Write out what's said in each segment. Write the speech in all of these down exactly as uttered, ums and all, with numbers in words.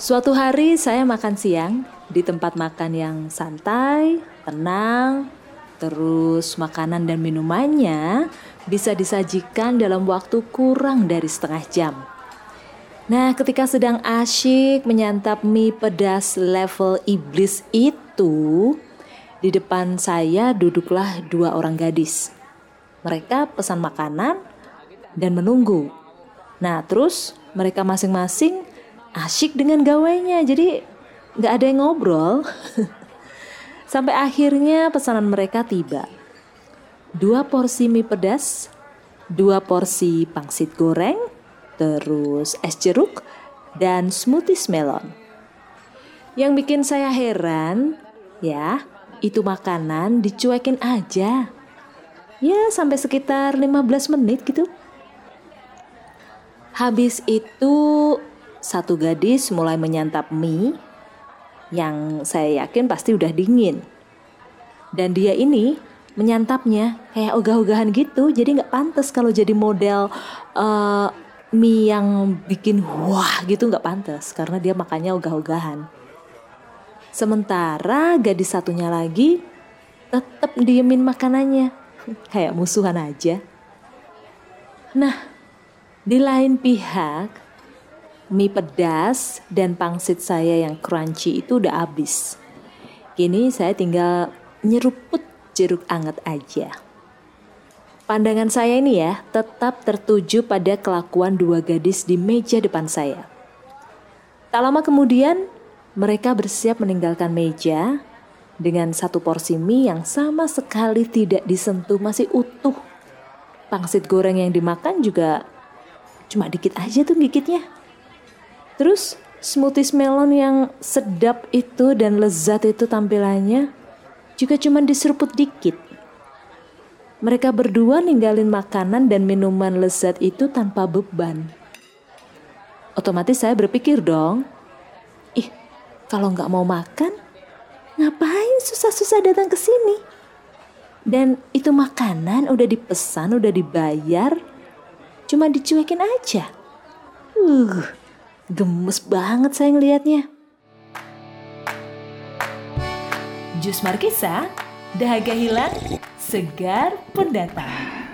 Suatu hari saya makan siang di tempat makan yang santai, tenang, terus makanan dan minumannya bisa disajikan dalam waktu kurang dari setengah jam. Nah, ketika sedang asyik menyantap mie pedas level iblis itu, di depan saya duduklah dua orang gadis. Mereka pesan makanan dan menunggu. Nah, terus mereka masing-masing asyik dengan gawainya, jadi gak ada yang ngobrol. Sampai akhirnya pesanan mereka tiba. Dua porsi mie pedas, dua porsi pangsit goreng, terus es jeruk, dan smoothies melon. Yang bikin saya heran, ya, itu makanan dicuekin aja. Ya, sampai sekitar lima belas menit gitu. Habis itu satu gadis mulai menyantap mie yang saya yakin pasti udah dingin. Dan dia ini menyantapnya kayak ogah-ogahan gitu. Jadi gak pantas kalau jadi model uh, mie yang bikin wah gitu, gak pantas. Karena dia makannya ogah-ogahan. Sementara gadis satunya lagi tetap diemin makanannya. Kayak musuhan aja. Nah, di lain pihak, mie pedas dan pangsit saya yang crunchy itu udah habis. Kini saya tinggal nyeruput jeruk anget aja. Pandangan saya ini ya tetap tertuju pada kelakuan dua gadis di meja depan saya. Tak lama kemudian mereka bersiap meninggalkan meja dengan satu porsi mie yang sama sekali tidak disentuh, masih utuh. Pangsit goreng yang dimakan juga cuma dikit aja tuh gigitnya. Terus smoothies melon yang sedap itu dan lezat itu tampilannya juga cuma diseruput dikit. Mereka berdua ninggalin makanan dan minuman lezat itu tanpa beban. Otomatis saya berpikir dong, ih kalau gak mau makan, ngapain susah-susah datang ke sini? Dan itu makanan udah dipesan, udah dibayar, cuma dicuekin aja. Uh... Gemes banget saya ngelihatnya. Jus Markisa, dahaga hilang, segar pun datang.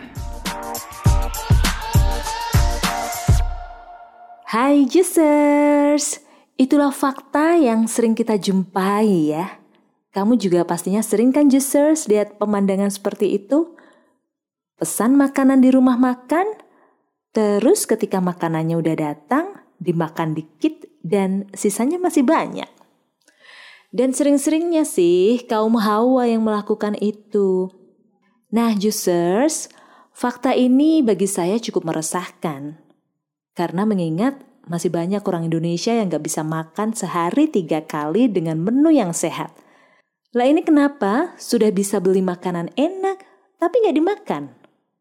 Hai Jusers, itulah fakta yang sering kita jumpai ya. Kamu juga pastinya sering kan Jusers lihat pemandangan seperti itu? Pesan makanan di rumah makan, terus ketika makanannya udah datang, dimakan dikit dan sisanya masih banyak. Dan sering-seringnya sih kaum Hawa yang melakukan itu. Nah Jusers, fakta ini bagi saya cukup meresahkan. Karena mengingat masih banyak orang Indonesia yang gak bisa makan sehari tiga kali dengan menu yang sehat. Lah ini kenapa sudah bisa beli makanan enak tapi gak dimakan?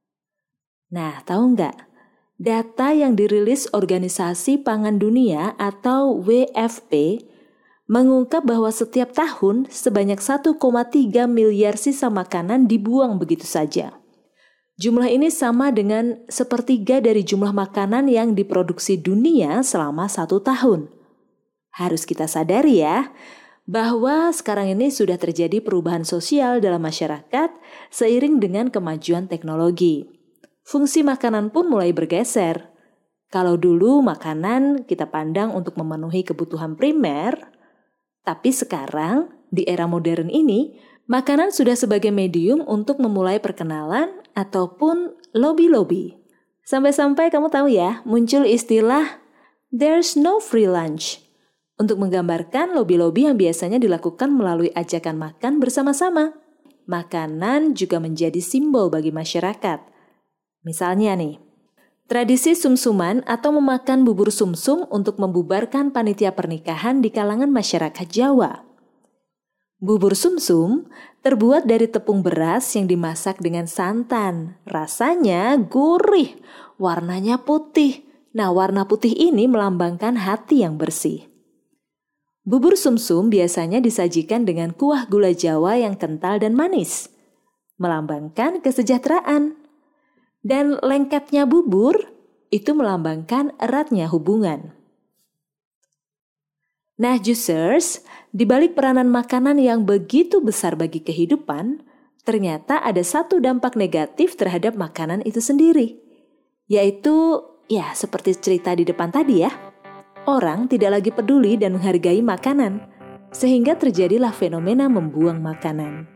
Nah tahu gak? Data yang dirilis Organisasi Pangan Dunia atau W F P mengungkap bahwa setiap tahun sebanyak satu koma tiga miliar sisa makanan dibuang begitu saja. Jumlah ini sama dengan sepertiga dari jumlah makanan yang diproduksi dunia selama satu tahun. Harus kita sadari ya, bahwa sekarang ini sudah terjadi perubahan sosial dalam masyarakat seiring dengan kemajuan teknologi. Fungsi makanan pun mulai bergeser. Kalau dulu makanan kita pandang untuk memenuhi kebutuhan primer, tapi sekarang di era modern ini, makanan sudah sebagai medium untuk memulai perkenalan ataupun lobby-lobby. Sampai-sampai kamu tahu ya, muncul istilah there's no free lunch untuk menggambarkan lobby-lobby yang biasanya dilakukan melalui ajakan makan bersama-sama. Makanan juga menjadi simbol bagi masyarakat. Misalnya nih, tradisi sumsuman atau memakan bubur sumsum untuk membubarkan panitia pernikahan di kalangan masyarakat Jawa. Bubur sumsum terbuat dari tepung beras yang dimasak dengan santan. Rasanya gurih, warnanya putih. Nah, warna putih ini melambangkan hati yang bersih. Bubur sumsum biasanya disajikan dengan kuah gula Jawa yang kental dan manis, melambangkan kesejahteraan. Dan lengketnya bubur itu melambangkan eratnya hubungan. Nah, juicers, di balik peranan makanan yang begitu besar bagi kehidupan, ternyata ada satu dampak negatif terhadap makanan itu sendiri. Yaitu, ya seperti cerita di depan tadi ya. Orang tidak lagi peduli dan menghargai makanan, sehingga terjadilah fenomena membuang makanan.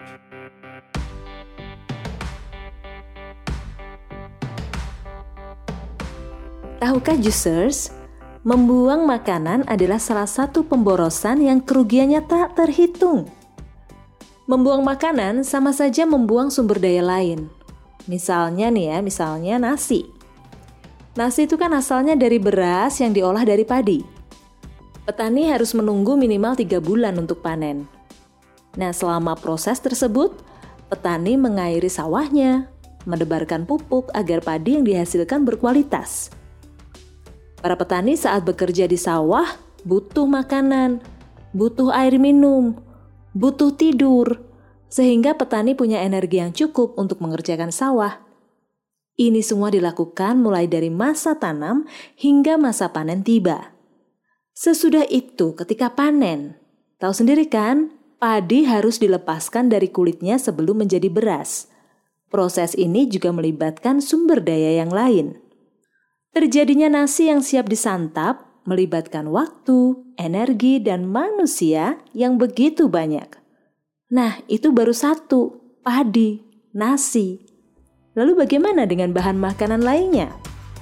Tahukah juicers, membuang makanan adalah salah satu pemborosan yang kerugiannya tak terhitung. Membuang makanan sama saja membuang sumber daya lain. Misalnya nih ya, misalnya nasi. Nasi itu kan asalnya dari beras yang diolah dari padi. Petani harus menunggu minimal tiga bulan untuk panen. Nah, selama proses tersebut, petani mengairi sawahnya, menebarkan pupuk agar padi yang dihasilkan berkualitas. Para petani saat bekerja di sawah butuh makanan, butuh air minum, butuh tidur, sehingga petani punya energi yang cukup untuk mengerjakan sawah. Ini semua dilakukan mulai dari masa tanam hingga masa panen tiba. Sesudah itu ketika panen, tahu sendiri kan, padi harus dilepaskan dari kulitnya sebelum menjadi beras. Proses ini juga melibatkan sumber daya yang lain. Terjadinya nasi yang siap disantap melibatkan waktu, energi, dan manusia yang begitu banyak. Nah, itu baru satu, padi, nasi. Lalu bagaimana dengan bahan makanan lainnya?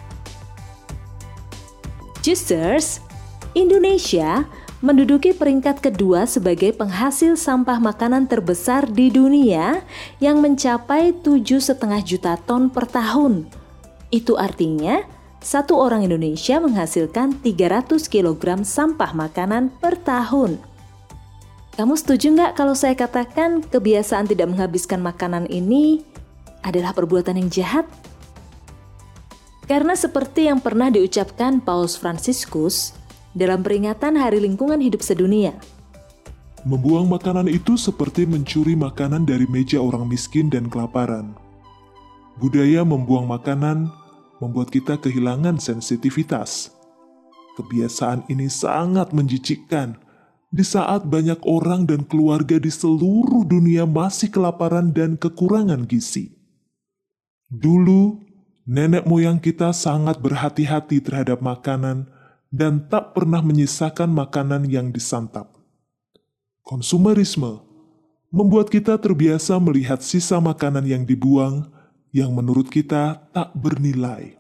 Juicers, Indonesia menduduki peringkat kedua sebagai penghasil sampah makanan terbesar di dunia yang mencapai tujuh koma lima juta ton per tahun. Itu artinya satu orang Indonesia menghasilkan tiga ratus kilogram sampah makanan per tahun. Kamu setuju nggak kalau saya katakan kebiasaan tidak menghabiskan makanan ini adalah perbuatan yang jahat? Karena seperti yang pernah diucapkan Paus Fransiskus dalam peringatan Hari Lingkungan Hidup Sedunia. Membuang makanan itu seperti mencuri makanan dari meja orang miskin dan kelaparan. Budaya membuang makanan membuat kita kehilangan sensitivitas. Kebiasaan ini sangat menjijikkan di saat banyak orang dan keluarga di seluruh dunia masih kelaparan dan kekurangan gizi. Dulu, nenek moyang kita sangat berhati-hati terhadap makanan dan tak pernah menyisakan makanan yang disantap. Konsumerisme membuat kita terbiasa melihat sisa makanan yang dibuang yang menurut kita tak bernilai.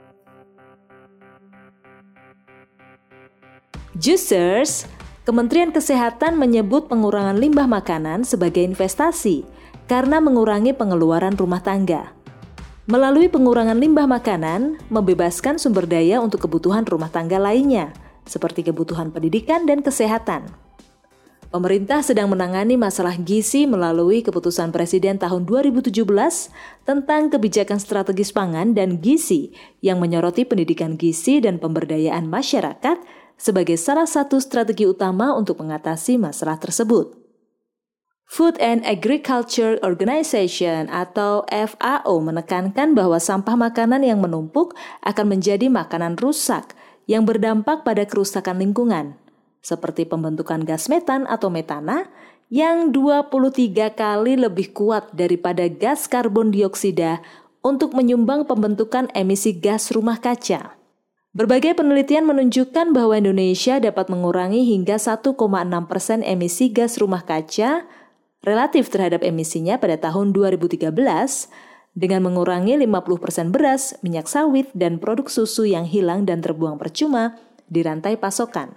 Juicers, Kementerian Kesehatan menyebut pengurangan limbah makanan sebagai investasi karena mengurangi pengeluaran rumah tangga. Melalui pengurangan limbah makanan, membebaskan sumber daya untuk kebutuhan rumah tangga lainnya, seperti kebutuhan pendidikan dan kesehatan. Pemerintah sedang menangani masalah gizi melalui keputusan Presiden tahun dua ribu tujuh belas tentang kebijakan strategis pangan dan gizi yang menyoroti pendidikan gizi dan pemberdayaan masyarakat sebagai salah satu strategi utama untuk mengatasi masalah tersebut. Food and Agriculture Organization atau F A O menekankan bahwa sampah makanan yang menumpuk akan menjadi makanan rusak yang berdampak pada kerusakan lingkungan, seperti pembentukan gas metan atau metana yang dua puluh tiga kali lebih kuat daripada gas karbon dioksida untuk menyumbang pembentukan emisi gas rumah kaca. Berbagai penelitian menunjukkan bahwa Indonesia dapat mengurangi hingga satu koma enam persen emisi gas rumah kaca relatif terhadap emisinya pada tahun dua ribu tiga belas dengan mengurangi lima puluh persen beras, minyak sawit, dan produk susu yang hilang dan terbuang percuma di rantai pasokan.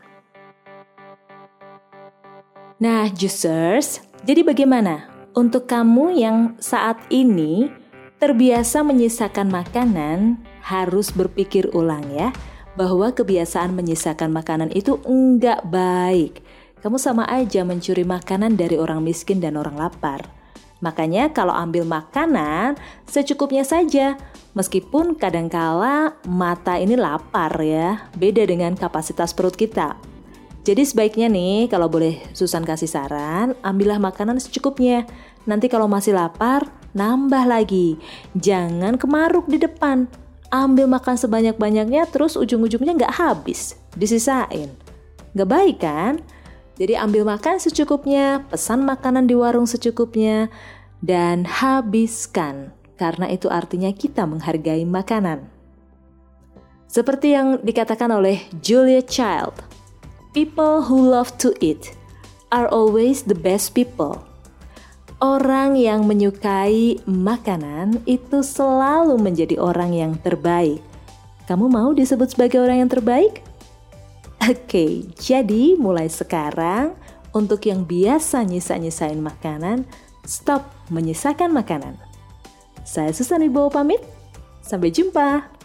Nah, juicers, jadi bagaimana untuk kamu yang saat ini terbiasa menyisakan makanan, harus berpikir ulang ya, bahwa kebiasaan menyisakan makanan itu enggak baik. Kamu sama aja mencuri makanan dari orang miskin dan orang lapar. Makanya kalau ambil makanan, secukupnya saja. Meskipun kadangkala mata ini lapar ya, beda dengan kapasitas perut kita. Jadi sebaiknya nih, kalau boleh Susan kasih saran, ambillah makanan secukupnya. Nanti kalau masih lapar, nambah lagi. Jangan kemaruk di depan. Ambil makan sebanyak-banyaknya, terus ujung-ujungnya nggak habis, disisain. Gak baik kan? Jadi ambil makan secukupnya, pesan makanan di warung secukupnya, dan habiskan. Karena itu artinya kita menghargai makanan. Seperti yang dikatakan oleh Julia Child, people who love to eat are always the best people. Orang yang menyukai makanan itu selalu menjadi orang yang terbaik. Kamu mau disebut sebagai orang yang terbaik? Oke, jadi mulai sekarang untuk yang biasa nyisa-nyisain makanan, stop menyisakan makanan. Saya Susan Wibowo pamit, sampai jumpa.